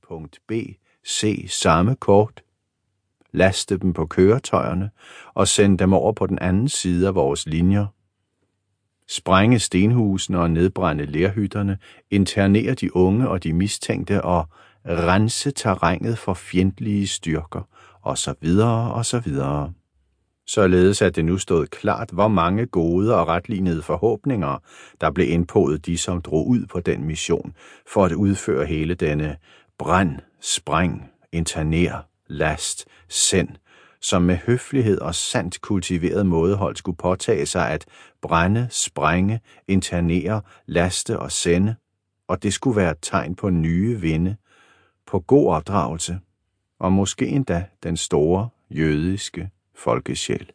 punkt B se samme kort, laste dem på køretøjerne og sende dem over på den anden side af vores linjer, sprænge stenhusene og nedbrænde lerhytterne, internere de unge og de mistænkte og rense terrænet for fjendtlige styrker, osv. osv. Således at det nu stod klart, hvor mange gode og retlinede forhåbninger, der blev indpået de, som drog ud på den mission, for at udføre hele denne brænd, spræng, interner, last, send, som med høflighed og sandt kultiveret mådehold skulle påtage sig at brænde, sprænge, internere, laste og sende, og det skulle være et tegn på nye vinde, på god opdragelse, og måske endda den store jødiske folkesjæl.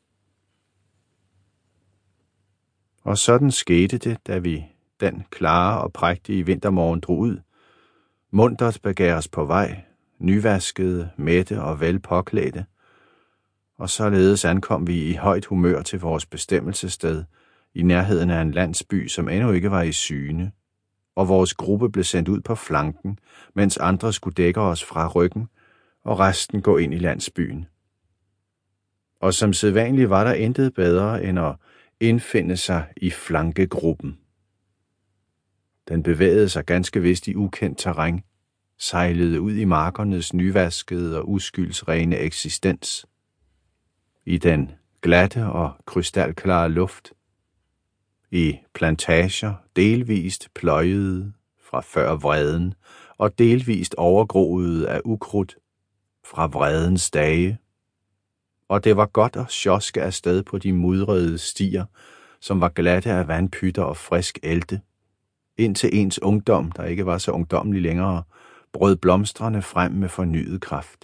Og sådan skete det, da vi den klare og prægtige vintermorgen drog ud, muntert begæres på vej, nyvaskede, mætte og vel påklædte, og således ankom vi i højt humør til vores bestemmelsessted, i nærheden af en landsby, som endnu ikke var i syne, og vores gruppe blev sendt ud på flanken, mens andre skulle dække os fra ryggen, og resten gå ind i landsbyen. Og som sædvanligt var der intet bedre end at indfinde sig i flankegruppen. Den bevægede sig ganske vist i ukendt terræn, sejlede ud i markernes nyvaskede og uskyldsrene eksistens, i den glatte og krystalklare luft, i plantager delvist pløjede fra før vreden og delvist overgroede af ukrudt fra vredens dage, og det var godt at sjoske afsted på de mudrede stier, som var glatte af vandpytter og frisk elte, indtil ens ungdom, der ikke var så ungdommelig længere, brød blomstrende frem med fornyet kraft.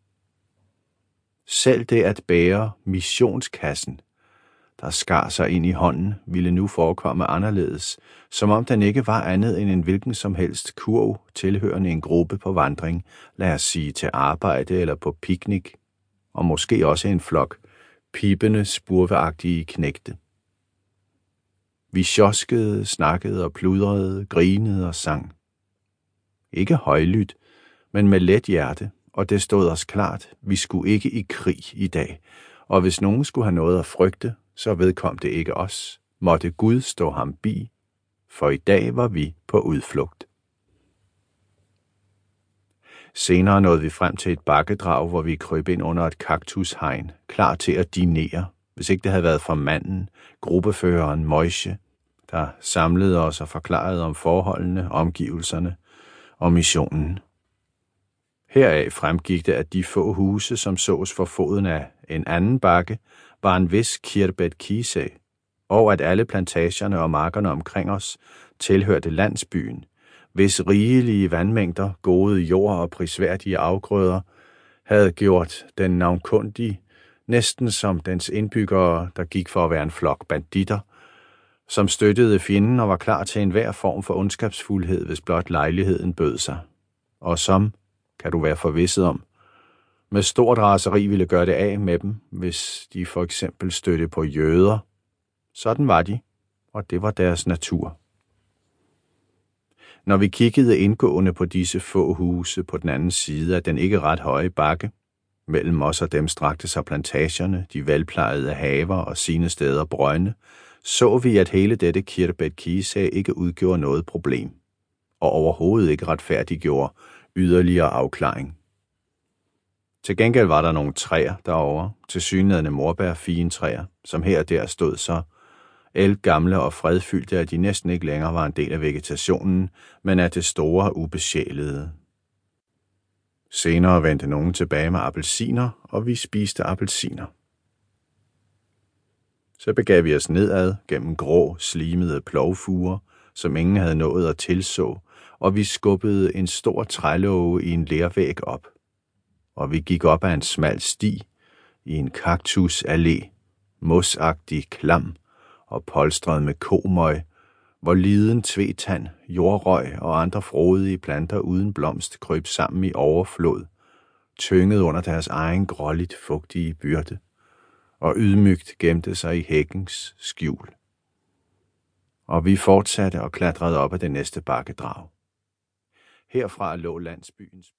Selv det at bære missionskassen, der skar sig ind i hånden, ville nu forekomme anderledes, som om den ikke var andet end en hvilken som helst kurv tilhørende en gruppe på vandring, lad os sige til arbejde eller på piknik, og måske også en flok pibende, spurveagtige knægte. Vi sjoskede, snakkede og pludrede, grinede og sang. Ikke højlydt, men med let hjerte, og det stod os klart, vi skulle ikke i krig i dag, og hvis nogen skulle have noget at frygte, så vedkom det ikke os. Måtte Gud stå ham bi, for i dag var vi på udflugt. Senere nåede vi frem til et bakkedrag, hvor vi krøb ind under et kaktushegn, klar til at dinere, hvis ikke det havde været for manden, gruppeføreren Moshe, der samlede os og forklarede om forholdene, omgivelserne og missionen. Heraf fremgik det, at de få huse, som sås for foden af en anden bakke, var en vis Kirbet Kise, og at alle plantagerne og markerne omkring os tilhørte landsbyen, hvis rigelige vandmængder, gode jord og prisværdige afgrøder havde gjort den navnkundige, næsten som dens indbyggere, der gik for at være en flok banditter, som støttede fjenden og var klar til enhver form for ondskabsfuldhed, hvis blot lejligheden bød sig, og som, kan du være forvisset om, med stort raseri ville gøre det af med dem, hvis de for eksempel stødte på jøder. Sådan var de, og det var deres natur. Når vi kiggede indgående på disse få huse på den anden side af den ikke ret høje bakke, mellem os og dem strakte sig plantagerne, de velplejede haver og sine steder brønde, så vi, at hele dette Kirbet Kise ikke udgjorde noget problem, og overhovedet ikke retfærdiggjorde yderligere afklaring. Til gengæld var der nogle træer derovre, tilsyneladende morbærfigentræer, som her og der stod så ældgamle og fredfyldte, at de næsten ikke længere var en del af vegetationen, men af det store ubesjælede. Senere vendte nogen tilbage med appelsiner, og vi spiste appelsiner. Så begav vi os nedad gennem grå, slimede plovfuger, som ingen havde nået at tilså, og vi skubbede en stor trælåge i en lervæg op. Og vi gik op ad en smal sti i en kaktusallé, mosagtig klam og polstret med komøg, hvor liden tvetand, jordrøg og andre frodige planter uden blomst krøb sammen i overflod, tynget under deres egen gråligt fugtige byrde, og ydmygt gemte sig i hækkens skjul. Og vi fortsatte og klatrede op ad det næste bakkedrag. Herfra lå landsbyens